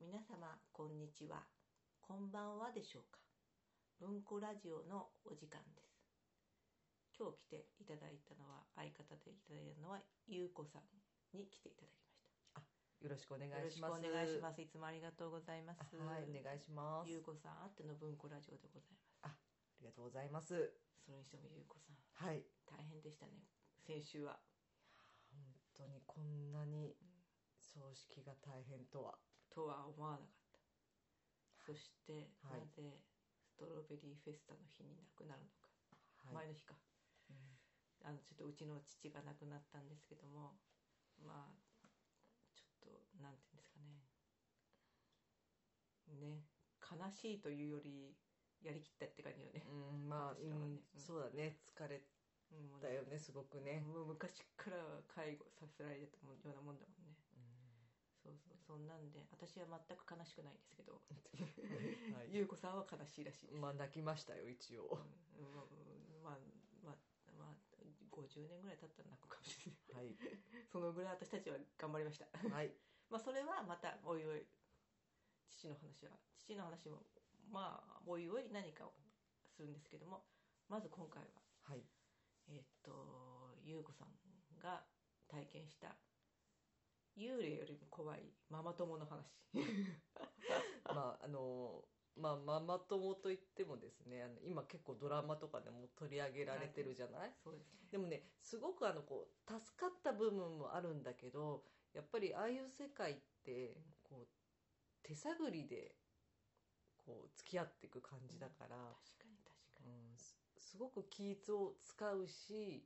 皆様こんにちは、こんばんはでしょうか。文庫ラジオのお時間です。今日来ていただいたのは、相方でいただいたのはゆうこさんに来ていただきました。 よろしくお願いします。 よろしくお願いします。いつもありがとうございます。 はい、お願いします。 ゆうこさんあっての文庫ラジオでございます。 ありがとうございます。 それにしてもゆうこさん、 はい、 大変でしたね、先週は。 本当にこんなに葬式が大変とは思わなかった。そして、 はい、 なぜストロベリーフェスタの日に亡くなるのか、 はい、 前の日か、ちょっとうちの父が亡くなったんですけども、まあちょっとなんていうんですかね、悲しいというよりやりきったって感じよね。私らはね、 そうだね、疲れたよね、すごくね。 もう昔から介護させられたようなもんだもんね。そんなんで私は全く悲しくないんですけどはい、優子さんは悲しいらしいです。 泣きましたよ一応。 まあ50年ぐらい経ったら泣くかもしれない、 はい、 そのぐらい私たちは頑張りました。 はい、 それはまたおいおい、父の話もおいおい何かをするんですけども、まず今回は、 はい、 優子さんが体験した幽霊よりも怖いママ友の話ママ友といってもですね、今結構ドラマとかでも取り上げられてるじゃない。 そうですね。 でもね、すごく助かった部分もあるんだけど、やっぱりああいう世界って手探りで付き合っていく感じだから、 確かに、 すごく気を使うし、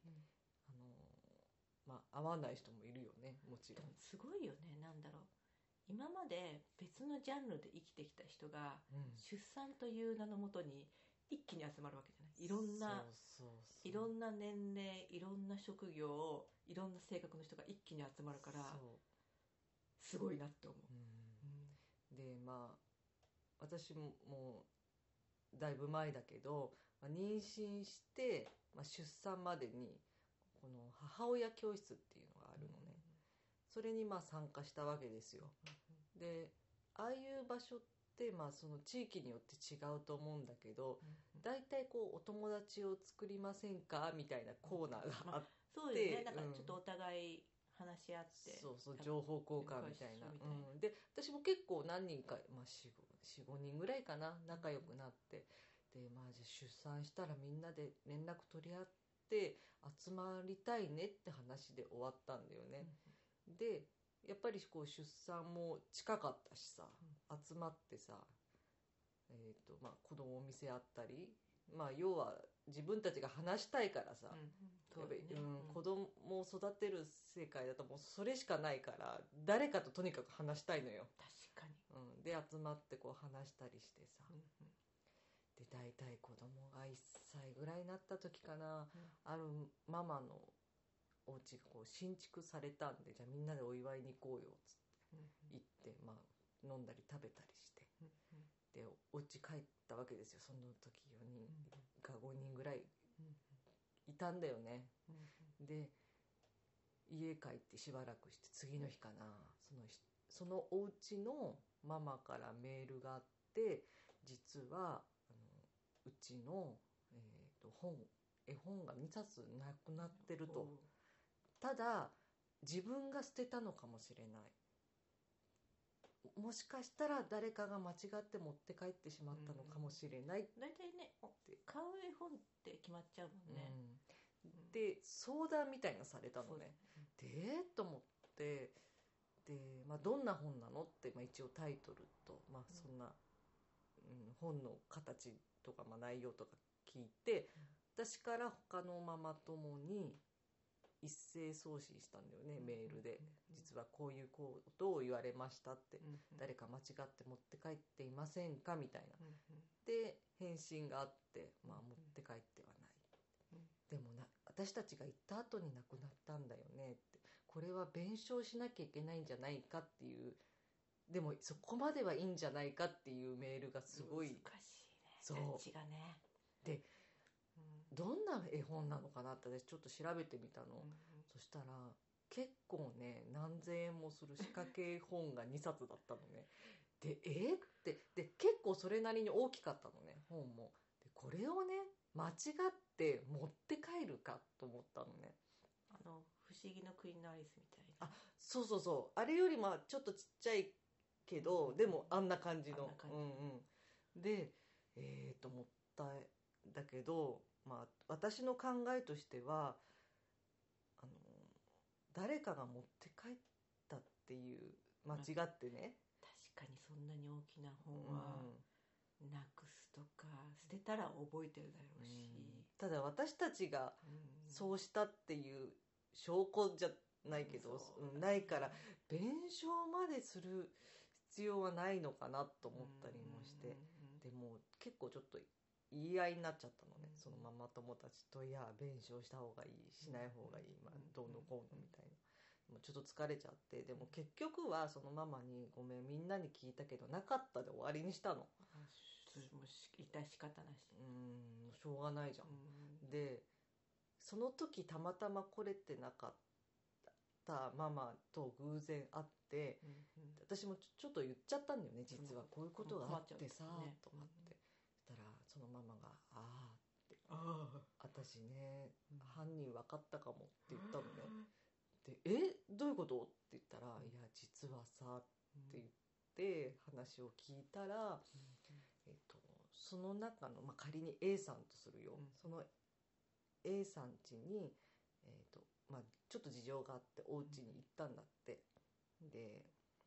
合わない人もいるよね、もちろん。 すごいよね。なんだろう、今まで別のジャンルで生きてきた人が、出産という名のもとに一気に集まるわけじゃない。いろんな年齢、いろんな職業、いろんな性格の人が一気に集まるから、すごいなって思う。 で私もだいぶ前だけど、妊娠して、出産までにこの母親教室っていうのがあるのね。それに参加したわけですよ。で、ああいう場所ってその地域によって違うと思うんだけど、だいたいお友達を作りませんかみたいなコーナーがあって、 そうですね。だからちょっとお互い話し合って、 情報交換みたいな、で私も結構何人か、45人ぐらいかな、仲良くなって、でじゃあ出産したらみんなで連絡取り合って集まりたいねって話で終わったんだよね。でやっぱり出産も近かったしさ、集まってさ、子供を見せ合ったり、要は自分たちが話したいからさ、子供を育てる世界だともうそれしかないから、誰かととにかく話したいのよ。 確かに、 で集まって話したりしてさ、で大体子供が1歳ぐらいになった時かな、あるママのお家が新築されたんで、じゃあみんなでお祝いに行こうよっつって行って、飲んだり食べたりして、でお家帰ったわけですよ。その時4人か5人ぐらいいたんだよね。で家帰ってしばらくして次の日かな、そのお家のママからメールがあって、実はうちの、絵本が2冊なくなってると。ただ自分が捨てたのかもしれない、もしかしたら誰かが間違って持って帰ってしまったのかもしれない。 大体ね、買う絵本って決まっちゃうもんね。 で相談みたいなのされたのね。でと思って、で、どんな本なのって、一応タイトルと、そんな、本の形とか、内容とか聞いて、私から他のママ友に一斉送信したんだよね、メールで。実はこういうことを言われましたって、誰か間違って持って帰っていませんかみたいな。で返信があって、持って帰ってはない、でも私たちが行った後に亡くなったんだよねって、これは弁償しなきゃいけないんじゃないかっていう、でもそこまではいいんじゃないかっていうメールがすごい難しいね、どっちがね。 でどんな絵本なのかなって私ちょっと調べてみたの、そしたら結構ね、何千円もする仕掛け絵本が2冊だったのね。 でってで結構それなりに大きかったのね本も。でこれをね間違って持って帰るかと思ったのね。 不思議の国のアリスみたいな。 そうそうそう、あれよりちょっとちっちゃいけど、でもあんな感じの。でと思ったんだけど、私の考えとしては誰かが持って帰ったっていう間違ってね、 確かにそんなに大きな本はなくすとか捨てたら覚えてるだろうし、 ただ私たちがそうしたっていう証拠じゃないけど、ないから弁償までする必要はないのかなと思ったりもして、でも結構ちょっと言い合いになっちゃったのね、そのママ友たちと。いや弁償した方がいいしない方がいい、どうのこうのみたいな。もうちょっと疲れちゃって、でも結局はそのママにごめんみんなに聞いたけどなかったで終わりにしたの。 もう致し方なし。 しょうがないじゃん。でその時たまたま来れてなかったママと偶然会って、私もちょっと言っちゃったんだよね、実はこういうことがあってさ、とかって。そしたらそのママが「ああ」って「私ね、犯人分かったかも」って言ったのね。でどういうこと？って言ったら「いや実はさ」って言って話を聞いたら、その中の、仮に A さんとするよ、その A さん家に、ちょっと事情があってお家に行ったんだって。で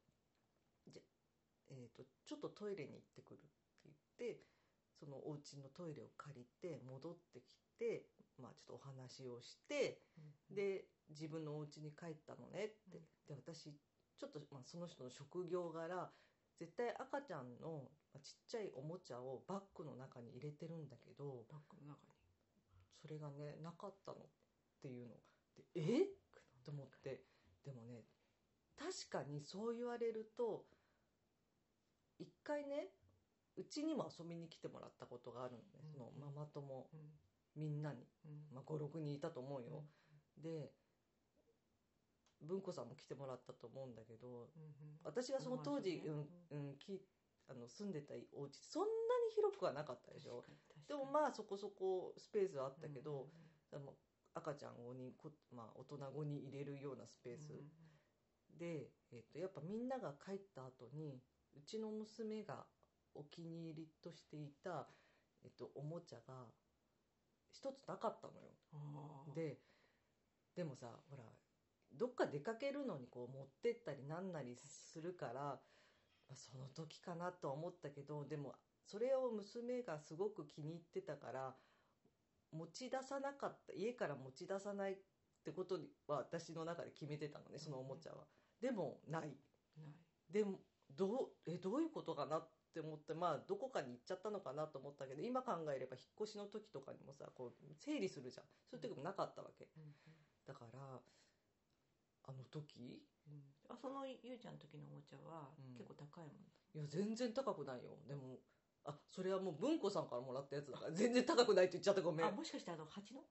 ちょっとトイレに行ってくるって言ってそのお家のトイレを借りて戻ってきて、ちょっとお話をして、で自分のお家に帰ったのねって。で私ちょっと、その人の職業柄絶対赤ちゃんのちっちゃいおもちゃをバッグの中に入れてるんだけど、 バッグの中にそれがねなかったのっていうのでと思って。でもね確かにそう言われると、一回ねうちにも遊びに来てもらったことがあるのね、そのママ友、みんなに、5、6人いたと思うよ。で文子さんも来てもらったと思うんだけど、私がその当時、住んでたお家そんなに広くはなかったでしょ。でもそこそこスペースはあったけど、赤ちゃん5人、大人5人入れるようなスペース、で、やっぱみんなが帰った後にうちの娘がお気に入りとしていた、おもちゃが一つなかったのよ。でもさほらどっか出かけるのにこう持ってったりなんなりするから、その時かなとは思ったけど、でもそれを娘がすごく気に入ってたから持ち出さなかった、家から持ち出さないってことは私の中で決めてたのね、そのおもちゃは。でもない。でもどういうことかなって思って、どこかに行っちゃったのかなと思ったけど、今考えれば引っ越しの時とかにもさこう整理するじゃん、そういう時もなかったわけ。だからあの時、 そのゆうちゃんの時のおもちゃは結構高いもんだ。 いや全然高くないよ。でもそれはもう文子さんからもらったやつだから全然高くないって言っちゃった、ごめん。 もしかして蜂の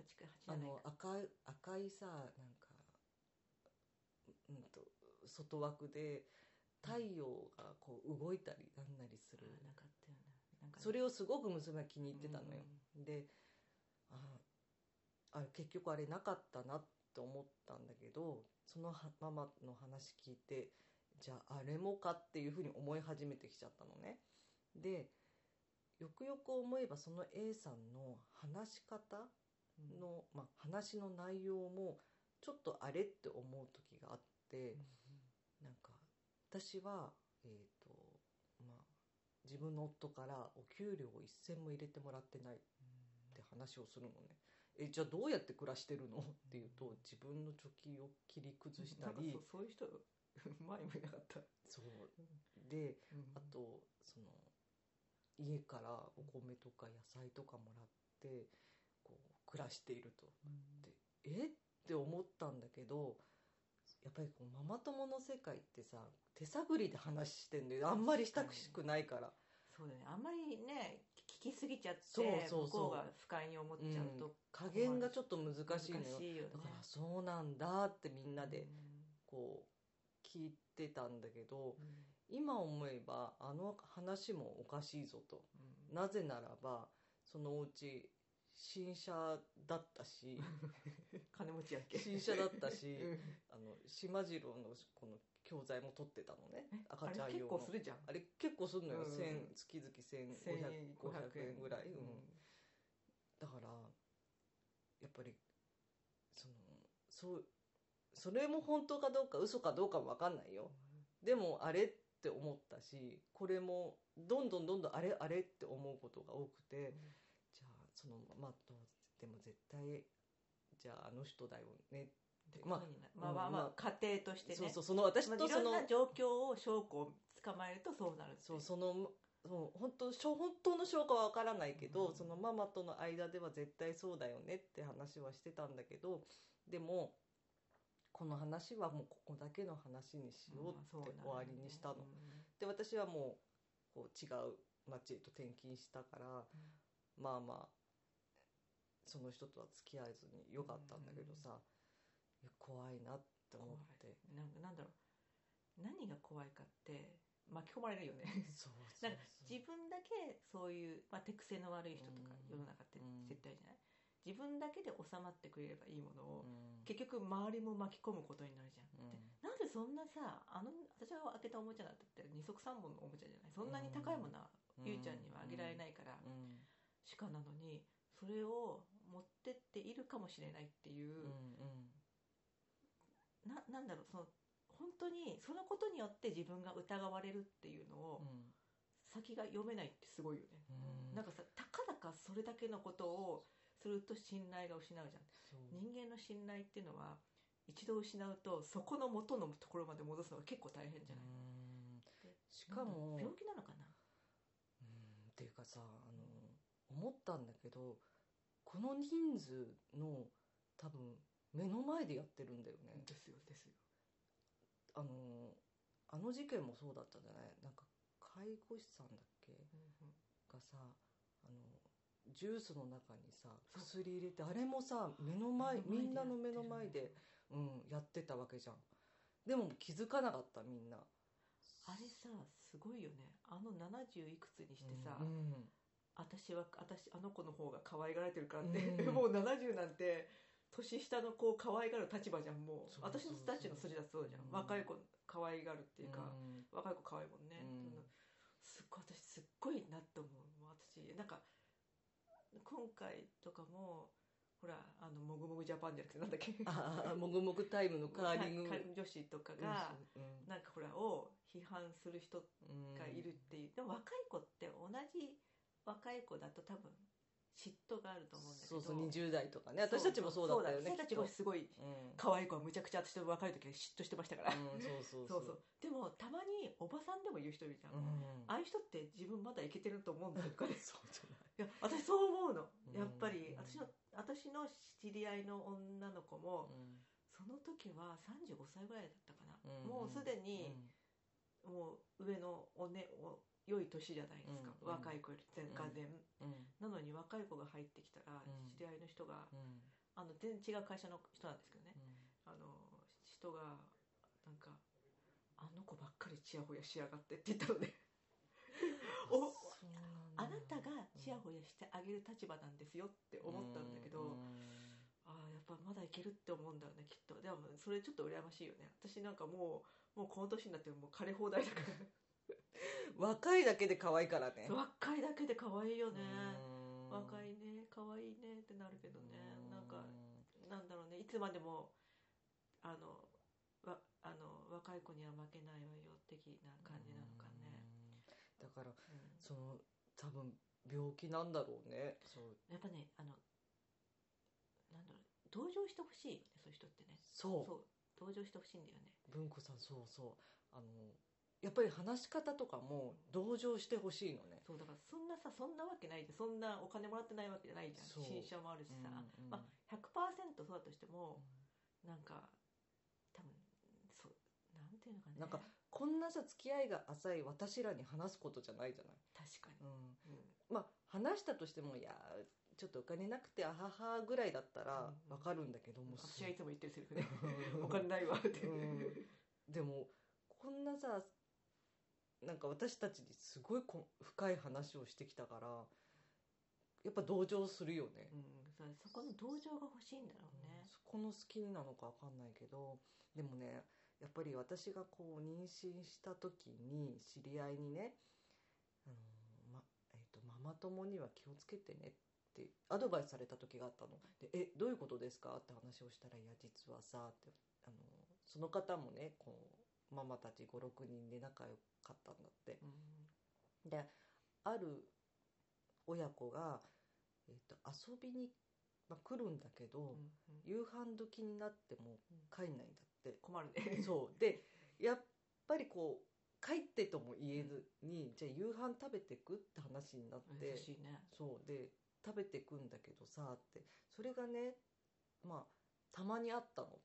赤いさなんか外枠で太陽がこう動いたりなんなりする、 なかったよな。 それをすごく娘は気に入ってたのよ。で結局あれなかったなって思ったんだけど、そのママの話聞いてじゃああれもかっていうふうに思い始めてきちゃったのね。でよくよく思えばその A さんの話し方の、話の内容もちょっとあれって思う時があって、なんか私は自分の夫からお給料を一銭も入れてもらってないって話をするのね。じゃあどうやって暮らしてるのっていうと、自分の貯金を切り崩したり、 そういう人前もいなかった。 そうで、あとその家からお米とか野菜とかもらってこう暮らしていると。でって思ったんだけど、やっぱりこうママ友の世界ってさ手探りで話してんで、あんまりしたくないから。 そうだね、あんまりね聞きすぎちゃって向こうが不快に思っちゃうと、 加減がちょっと難しいのよ。だからそうなんだってみんなでこう聞いてたんだけど、 今思えばあの話もおかしいぞと、なぜならばそのお家新車だったし金持ちやっけ新車だったし、島次郎のこの教材も取ってたのね、赤ちゃん用の。 あれ結構するじゃん。 あれ結構するのよ、月々1500円ぐらい、だからやっぱりそれも本当かどうか嘘かどうかも分かんないよ、でもあれって思ったし、これもどんどんあれあれって思うことが多くて、じゃあでも絶対じゃああの人だよねって、 まあ家庭としてね、 その私といろんな状況を証拠を捕まえるとそうなるって。 本当の証拠は分からないけど、そのママとの間では絶対そうだよねって話はしてたんだけど、でもこの話はもうここだけの話にしようって終わりにしたの、で私はもうこう違う町へと転勤したから、まあまあその人とは付き合えずによかったんだけどさ、怖いなって思って、 なんだろう、何が怖いかって巻き込まれるよねなんか自分だけそういう、手癖の悪い人とか世の中って絶対じゃない、自分だけで収まってくれればいいものを、結局周りも巻き込むことになるじゃん、でなんでそんなさ、私が開けたおもちゃだって二足三本のおもちゃじゃない、そんなに高いものはゆいちゃんにはあげられないから、鹿なのにそれを持ってっているかもしれないっていう、なんだろう、本当にそのことによって自分が疑われるっていうのを、先が読めないってすごいよね、なんかさ、たかだかそれだけのことをすると信頼が失うじゃん。人間の信頼っていうのは一度失うとそこの元のところまで戻すのが結構大変じゃない。 しかも病気なのかなっていうかさ、思ったんだけど、この人数の多分目の前でやってるんだよね。 ですよ。 あの事件もそうだったじゃない、なんか介護士さんだっけ、がさ、ジュースの中にさ薬入れて、あれもさみんなの目の前で、やってたわけじゃん。でも気づかなかった、みんな。 あれさすごいよね、70いくつにしてさ、私あの子の方が可愛がられてるからって、もう70なんて年下の子を可愛がる立場じゃん。もう私たちの筋だとそうじゃん、若い子可愛がるっていうか、若い子可愛いもんね、私すっごいなって思う。私なんか今回とかもほら、もぐもぐジャパンじゃなくてなんだっけもぐもぐタイムのカーリング女子とかが、なんかほらを批判する人がいるっていう、でも若い子って同じ若い子だと多分嫉妬があると思うんだけど、 そう20代とかね、私たちもそうだったよね。 私たちもすごい可愛い子はむちゃくちゃ私と若い時は嫉妬してましたから、そうでもたまにおばさんでも言う人いるじゃん、ああいう人って自分まだイケてると思うんだとかねそうじゃない、 いや私そう思うの、やっぱり私の知り合いの女の子も、その時は35歳ぐらいだったかな、もうすでに、もう上の良い年じゃないですか、若い子より全然、なのに若い子が入ってきたら、知り合いの人が、全然違う会社の人なんですけどね、人がなんかあの子ばっかりチヤホヤしやがってって言ったのであなたがチヤホヤしてあげる立場なんですよって思ったんだけど、やっぱまだいけるって思うんだよねきっと。でもそれちょっと羨ましいよね。私なんかもうこの年になってもう枯れ放題だから若いだけで可愛いからね。 若いだけで可愛いよね。若いね、可愛いねってなるけどね、なんだろうね、いつまでも若い子には負けないわよ的な感じなのかね。 だから、多分病気なんだろうね。 やっぱね、なんだろう、同情してほしいよね、そういう人ってね。そう同情してほしいんだよね。 文子さん、やっぱり話し方とかも同情してほしいのね。 そうだからそんなわけないじゃん。そんなお金もらってないわけじゃないじゃん。新車もあるしさ、100% そうだとしても、なんか多分なんていうのかね、 なんかこんなさ付き合いが浅い私らに話すことじゃないじゃない。 確かに、話したとしても、いやちょっとお金なくてあははぐらいだったら分かるんだけども、 私はいつも言ってるセリフねお金ないわって、 でもこんなさなんか私たちにすごい深い話をしてきたからやっぱ同情するよね、 そこの同情が欲しいんだろうね、 そこの好きなのか分かんないけど、でもねやっぱり私がこう妊娠した時に知り合いにね、あのまママ友には気をつけてねってアドバイスされた時があったので、どういうことですかって話をしたら、いや実はさってその方もねこうママたち5、6人で仲良かったんだって、である親子が、遊びに、来るんだけど、夕飯時になっても帰んないんだって、 困るねそうでやっぱりこう帰ってとも言えずに、じゃあ夕飯食べてくって話になって、 優しいね、 そうで食べてくんだけどさって、それがねたまにあったのって、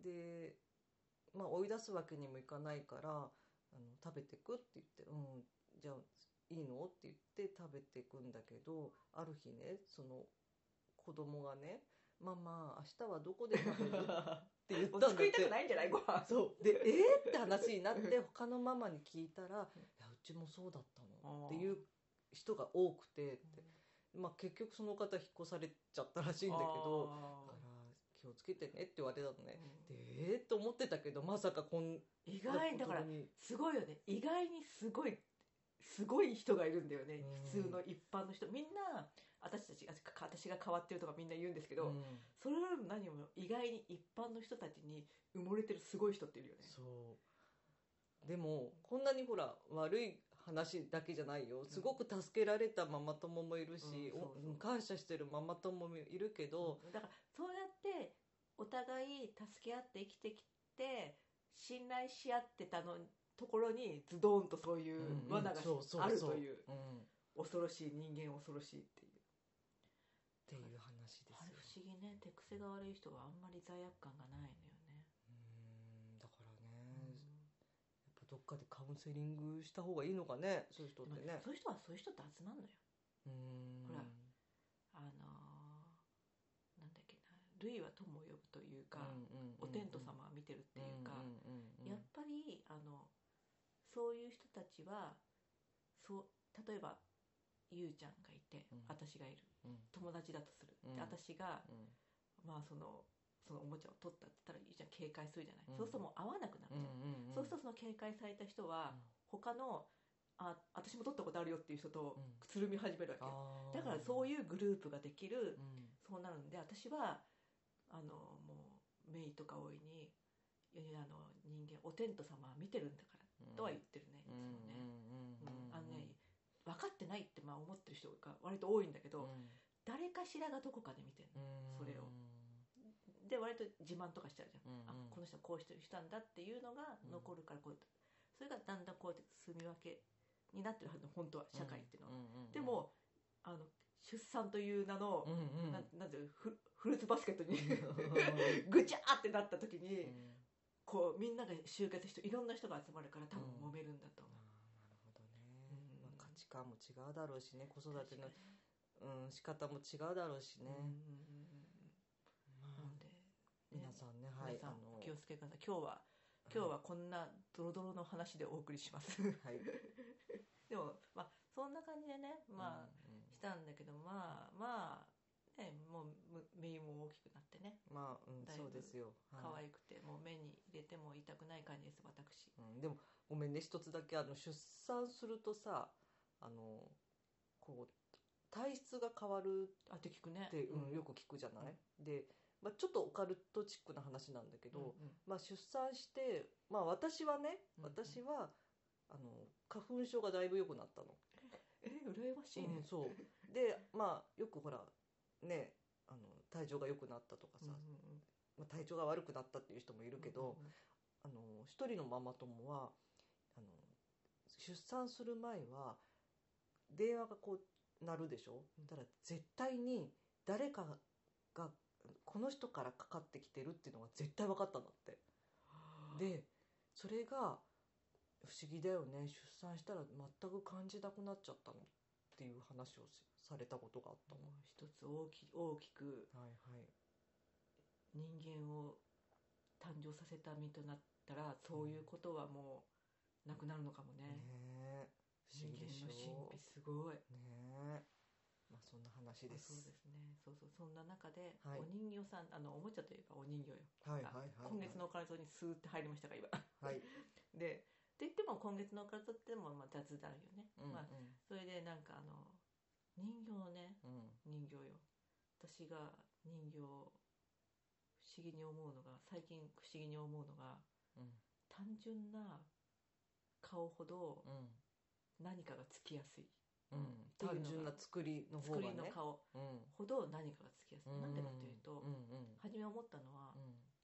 で追い出すわけにもいかないから食べてくって言って、じゃあいいのって言って食べてくんだけど、ある日ねその子供がね、ママ明日はどこで食べるって言ったんだって。 作りたくないんじゃないご飯。 そうでって話になって他のママに聞いたら、いやうちもそうだったのっていう人が多くてって、結局その方引っ越されちゃったらしいんだけど、だから気をつけてねって言われたのね、でと思ってたけど、まさかこんな意外だからすごいよね、意外にすごい人がいるんだよね、普通の一般の人みんな私が変わってるとかみんな言うんですけど、それよりも何も意外に一般の人たちに埋もれてるすごい人っているよね。 そうでもこんなにほら悪い話だけじゃないよ、すごく助けられたママ友もいるし、感謝してるママ友もいるけど、 だからそうやってお互い助け合って生きてきて信頼し合ってたのところにズドンとそういう罠があるという、恐ろしい人間恐ろしいっていう話ですよ。 あれ不思議ね、手癖が悪い人はあんまり罪悪感がないのよね。 だからね、やっぱどっかでカウンセリングした方がいいのかね、そういう人ってね。 そういう人はそういう人と集まるのよ。ほらなんだっけな、類は友を呼ぶというか、お天道様は見てるっていうか、やっぱりそういう人たちは例えばゆうちゃんがいて、私がいる、友達だとする、で私が、そのおもちゃを取ったって言ったらゆうちゃん警戒するじゃない、そうするともう会わなくなるじゃん、そうするとその警戒された人は、他の私も取ったことあるよっていう人とつるみ始めるわけ、だからそういうグループができる、そうなるんで、私はもうメイとか大いに人間お天道様は見てるんだからとは言ってるね、いつもね。分かってないって思ってる人が割と多いんだけど、誰かしらがどこかで見てるの、それを。で割と自慢とかしちゃうじゃん、この人はこうしてる人なんだっていうのが残るから、こうそれがだんだんこうやって住み分けになってるはずの、本当は社会っていうのは。でも出産という名の、なんていうフルーツバスケットにぐちゃーってなった時に、こうみんなが集結していろんな人が集まるから多分揉めるんだと思う。 価値観も違うだろうしね、子育ての、仕方も違うだろうしね。 なんで皆さんね、 皆さんお気をつけください。今日はこんなドロドロの話でお送りしますでもそんな感じでね、したんだけど、もう目も大きくなってね、 そうですよ、 可愛くて、もう目に入れても痛くない感じです私。 でもごめんね、一つだけ出産するとさ、こう体質が変わるって聞くね、 よく聞くじゃない、でちょっとオカルトチックな話なんだけど、出産して、私は花粉症がだいぶ良くなったの。 羨ましいね。 そうでよくほらね、体調が良くなったとかさ、体調が悪くなったっていう人もいるけど、一人のママ友は出産する前は電話がこう鳴るでしょ、だから絶対に誰かがこの人からかかってきてるっていうのが絶対分かったんだって。でそれが不思議だよね、出産したら全く感じなくなっちゃったのっていう話をされたことがあったの。 一つ大きく人間を誕生させた身となったら、そういうことはもなくなるのかもね。 ねえ、不思議でしょ。 人間の神秘すごい。 ねえ、まあそんな話です。 そうですね。そうそう、そんな中で、 はい、 お人形さん、おもちゃというかお人形よ。 はいはいはい、 今月のオカルトにスーって入りましたか今。 はい。 で、って言っても今月のオカルトってもまあ雑談よね。 うんうん、 まあそれでなんか人形ね、 うん、 人形よ。私が人形不思議に思うのが、最近不思議に思うのが、 うん、 単純な顔ほどうん、 何かがつきやすい。 うん、単純な作りの方がね、 作りの顔ほど何かがつきやすい。なんでかというと、初め思ったのは、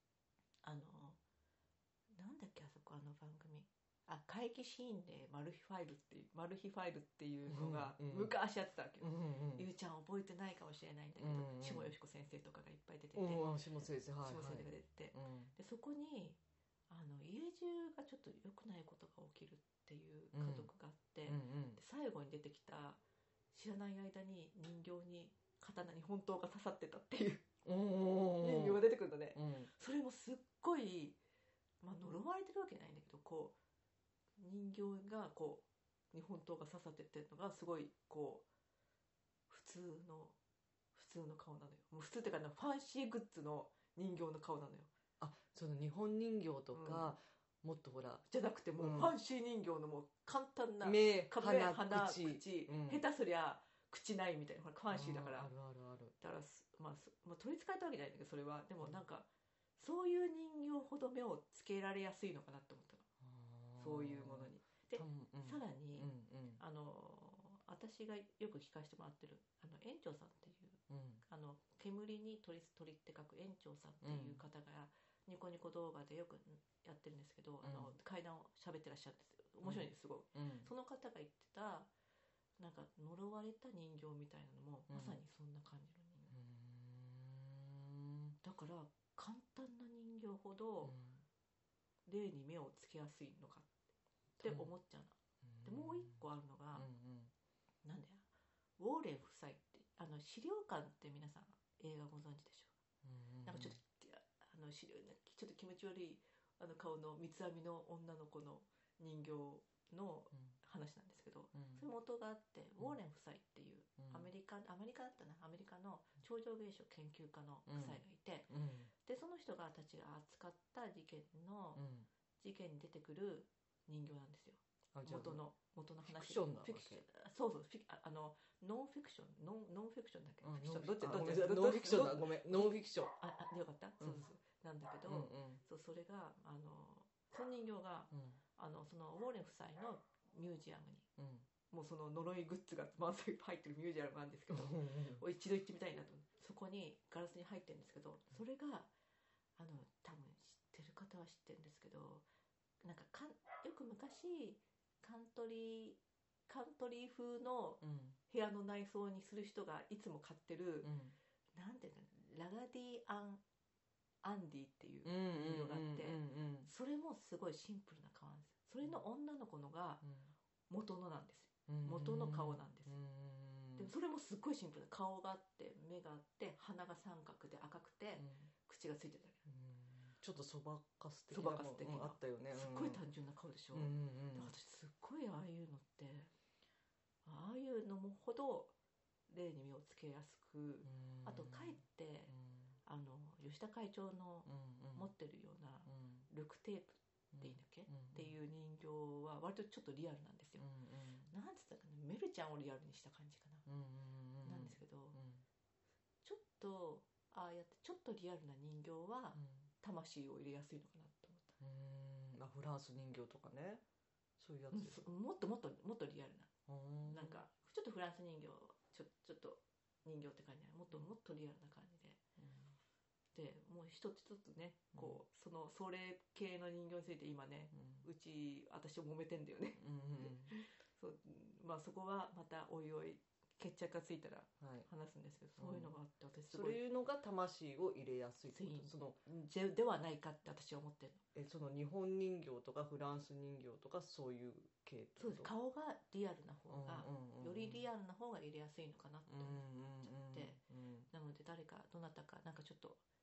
なんだっけあそこ番組、怪奇シーンでマル秘ファイルっていうのが昔やってたわけよ。ゆうちゃん覚えてないかもしれないんだけど、下よしこ先生とかがいっぱい出てて、 下先生、はいはい、 下先生が出てて、でそこに家中がちょっと良くないことが起きるっていう家族があって、で最後に出てきた知らない間に人形に刀に本当が刺さってたっていう人形が出てくるので、それもすっごい、まあ、呪われてるわけないんだけど、こう人形がこうに本当が刺さってってるのがすごいこう普通の顔なのよ。もう普通っていうかファンシーグッズの人形の顔なのよ。 その日本人形とか、もっとほらじゃなくてもうファンシー人形のもう簡単な目、 鼻、 口、 下手すりゃ口ないみたいな、ファンシーだから。 あるあるある。 だからまあ、取り憑かれたわけじゃないんだけど、それはでもなんかそういう人形ほど目をつけられやすいのかなって思ったの、そういうものに。で、さらに、私がよく聞かせてもらってる園長さんっていう、煙に鳥って書く園長さんっていう方が、ニコニコ動画でよくやってるんですけど、階段を喋ってらっしゃるんですよ。面白いんです、すごい。その方が言ってたなんか呪われた人形みたいなのも、まさにそんな感じの人形、だから簡単な人形ほど霊に目をつけやすいのかって思っちゃうの。でもう一個あるのが、なんだよ、ウォーレン夫妻って資料館って皆さん映画ご存知でしょう。なんかちょっと資料ちょっと気持ち悪い顔の三つ編みの女の子の人形の話なんですけど、そういう元があって、ウォーレン夫妻っていうアメリカだったな、アメリカの超常現象研究家の夫妻がいて、でその人がたちが扱った事件に出てくる人形なんですよ。元の話。 フィクションなわけ。 そうそう、ノンフィクションだっけ、 どっちノンフィクションだ、ごめん、ノンフィクション。 よかった。そうなんだけど、それがその人形がそのウォーレン夫妻のミュージアムに、もうその呪いグッズが満載入ってるミュージアムがあるんですけど、一度行ってみたいなと思って、そこにガラスに入ってるんですけど、それが多分知ってる方は知ってるんですけど、なんかよく昔カントリー風の部屋の内装にする人がいつも買ってる、なんていうかラガディアンディっていう人形があって、それもすごいシンプルな顔なんですよ。それの女の子のが元のなんですよ。元の顔なんですよ。でもそれもすっごいシンプルな顔があって、目があって、鼻が三角で赤くて、口がついてるだけ。 ちょっとそばかす的なもあったよね。 すっごい単純な顔でしょ。だから私すっごいああいうのって、ああいうのもほど霊に目をつけやすく、あとかえって吉田会長の持ってるようなルクテープっていいんだっけ、っていう人形は割とちょっとリアルなんですよ。なんつったかな、メルちゃんをリアルにした感じかな、なんですけど、ちょっとああやってちょっとリアルな人形は魂を入れやすいのかなと思った。 フランス人形とかね、そういうやつですか。 もっとリアルな、なんかちょっとフランス人形、ちょっと人形って感じじゃない、もっとリアルな感じで、でもう一つ一つね、こうそれ系の人形について今ね、私揉めてんだよね。そう、まあそこはまたおいおい決着がついたら話すんですけど、そういうのがあって、私すごい、 そういうのが魂を入れやすいってこと、そのではないかって私は思ってるの。 その日本人形とかフランス人形とかそういう系ってこと。 そうです、顔がリアルな方が、よりリアルな方が入れやすいのかなって思っちゃって、なのでどなたかなんかちょっと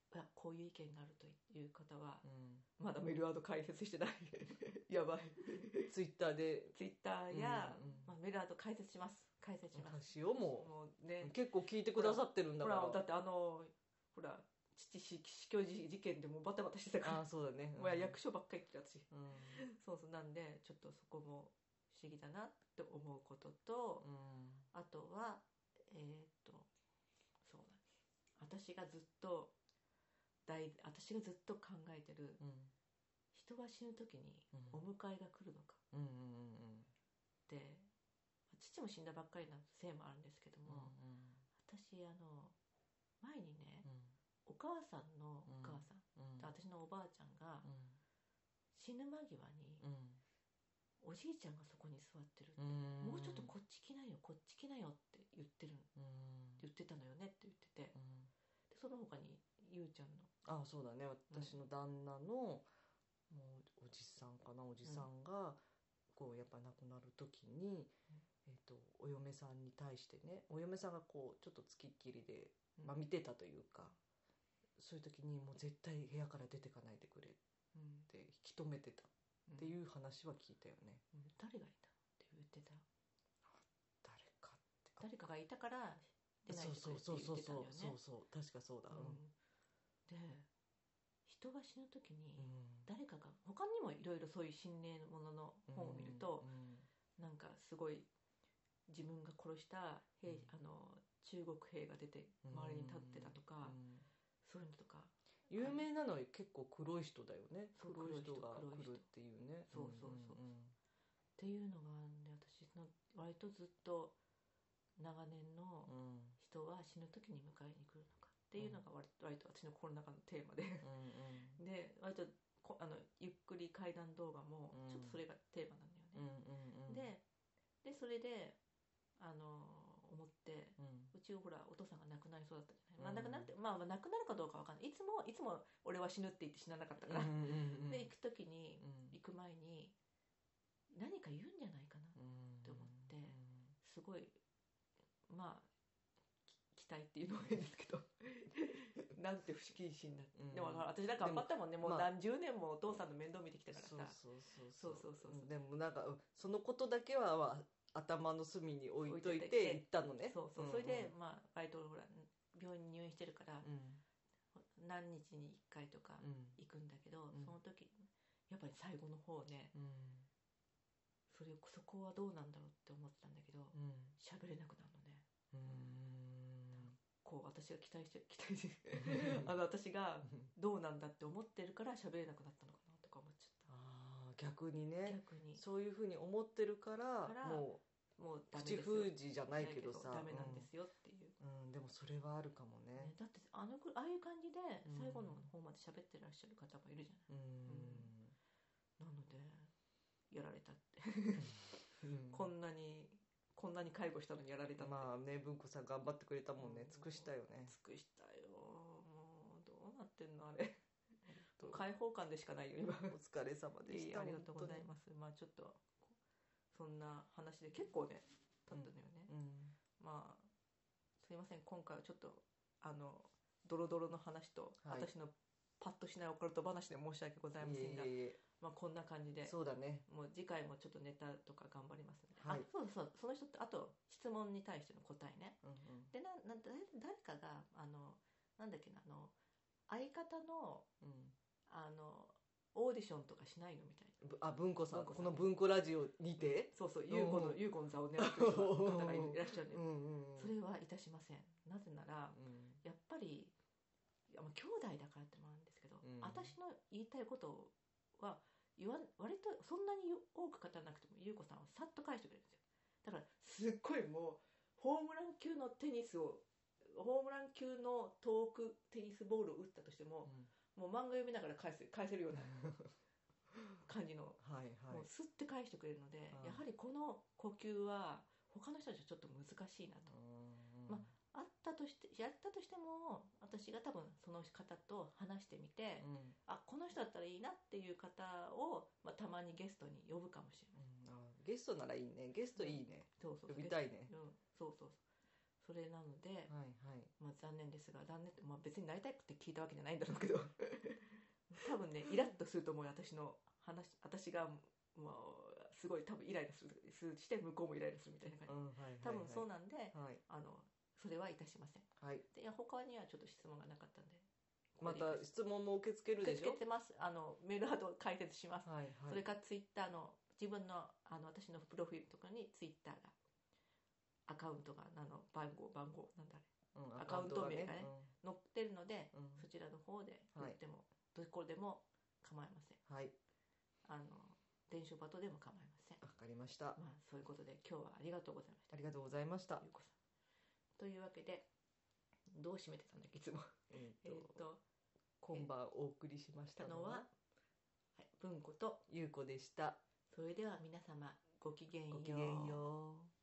こういう意見があるという方は、まだメルアド開設してないやばいツイッターや、メルアド開設しますしようもう、ね、結構聞いてくださってるんだから。 ほらだってほら父死去事件でもバタバタしてたから。 そうだね、 役所ばっかり行ってる私、そうなんでちょっとそこも不思議だなって思うことと、あとはそうだね、私がずっと考えてる、人は死ぬ時にお迎えが来るのか、で父も死んだばっかりなせいもあるんですけども、私前にね、お母さんのお母さん、私のおばあちゃんが死ぬ間際に、おじいちゃんがそこに座ってるって、もうちょっとこっち来なよって言ってたのよねって言ってて、でその他にゆうちゃんのそうだね、私の旦那のもうおじさんがこうやっぱ亡くなる時に、お嫁さんに対してね、お嫁さんがこうちょっとつきっきりで、見てたというか、そういう時にもう絶対部屋から出てかないでくれって引き止めてたっていう話は聞いたよね。 誰がいたって言ってた？ 誰かがいたから出ないでくれって言ってたんだよね。 そう確かそうだ。 で人が死ぬ時に誰かが、他にもいろいろそういう心霊のものの本を見ると、なんかすごい自分が殺した中国兵が出て周りに立ってたとか、そういうのとか有名なのは結構黒い人だよね。黒い人が来るっていうね。 そうっていうのがあるんで、私の割とずっと長年の人は死ぬ時に迎えに来るのかっていうのが割と私の心の中のテーマでで割とゆっくり怪談動画もちょっとそれがテーマなんだよね。でそれで思って、うちほらお父さんが亡くなりそうだったじゃない、亡くなるかどうかわかんない、いつも俺は死ぬって言って死ななかったから、で行く前に何か言うんじゃないかなって思って、すごい期待っていうのもいいんですけどなんて不思議心だって、でも私なんか頑張ったもんね、もう何十年もお父さんの面倒見てきたからさ。そうでもなんかそのことだけは頭の隅に置いといて行ったのね。 それで割とほら病院に入院してるから、何日に1回とか行くんだけど、その時やっぱり最後の方ね、そこはどうなんだろうって思ってたんだけど、喋れなくなるのね。こう私が期待して私がどうなんだって思ってるから喋れなくなったのかなとか思っちゃった。 逆にそういうふうに思ってるからもう口封じじゃないけどさ、 ダメなんですよっていう、 でもそれはあるかもね。 だってああいう感じで最後の方まで喋ってらっしゃる方もいるじゃない。なのでやられたってこんなに介護したのにやられたって。 文子さん頑張ってくれたもんね。尽くしたよね。 尽くしたよ。もうどうなってんのあれ開放感でしかないよ今。お疲れ様でした。 ありがとうございます。ちょっとそんな話で結構ね経ったのよね。すいません、今回はちょっとドロドロの話と、私のパッとしないオカルト話で申し訳ございませんが、こんな感じで、 そうだね、 もう次回もちょっとネタとか頑張りますので、そうその人ってあと質問に対しての答えね、で誰かがなんだっけな、相方の、オーディションとかしないのみたいな。 文子さん、この文子ラジオにて、 ゆうこの座を狙ってる方がいらっしゃるのよ。それはいたしません。なぜなら、やっぱり兄弟だからってもあるんですけど、私の言いたいことは割とそんなに多く語らなくてもゆうこさんはさっと返してくれるんですよ。だからすっごいもうホームラン級のトークテニスボールを打ったとしても、もう漫画読みながら返せるような感じの、もうスッて返してくれるので、やはりこの呼吸は他の人たちはちょっと難しいなと。やったとしても私が多分その方と話してみて、この人だったらいいなっていう方を、たまにゲストに呼ぶかもしれない。 ゲストならいいね。ゲストいいね。呼びたいね。 それなので、 はいはい、 まあ、残念ですが、残念って、まあ、別になりたくて聞いたわけじゃないんだろうけど多分ねイラッとすると思うよ、私がもうすごい多分イライラするして向こうもイライラするみたいな感じ、 うんはいはいはい、 多分そうなんで、 はい、 それはいたしません。 はい、 で他にはちょっと質問がなかったんで、 また質問も受け付けるでしょ。 受け付けてます。メールアド解説します、 はいはい、 それからツイッターの自分の私のプロフィールとかにツイッターがアカウントが番号なんだあれ、 うん、 アカウント名がね、 うん、 載ってるので、 うん、 そちらの方で言っても、どこでも構いません。 はい、 伝書バトでも構いません。 わかりました。 まあそういうことで今日はありがとうございました。 ありがとうございました。 ゆうこさんというわけで、どう締めてたんだっけいつも今晩お送りしましたのは、 はい、文子とゆうこでした。 それでは皆様ごきげんよう。 ごきげんよう。